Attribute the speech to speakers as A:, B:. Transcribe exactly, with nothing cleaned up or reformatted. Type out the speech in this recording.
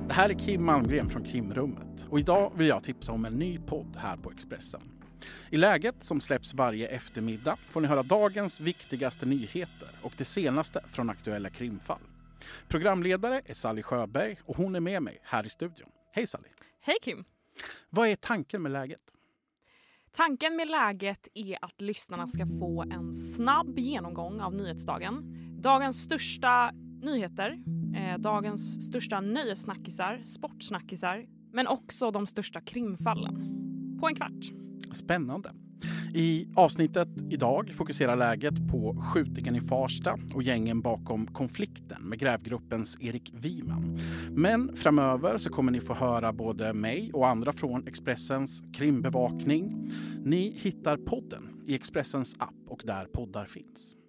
A: Det här är Kim Malmgren från Krimrummet och idag vill jag tipsa om en ny podd här på Expressen. I läget som släpps varje eftermiddag får ni höra dagens viktigaste nyheter och det senaste från aktuella krimfall. Programledare är Sally Sjöberg och hon är med mig här i studion. Hej Sally!
B: Hej Kim!
A: Vad är tanken med läget?
B: Tanken med läget är att lyssnarna ska få en snabb genomgång av nyhetsdagen. Dagens största nyheter, eh, dagens största nöjessnackisar, sportsnackisar, men också de största krimfallen. På en kvart.
A: Spännande. I avsnittet idag fokuserar läget på skjutningen i Farsta och gängen bakom konflikten med grävgruppens Erik Wiman. Men framöver så kommer ni få höra både mig och andra från Expressens krimbevakning. Ni hittar podden i Expressens app och där poddar finns.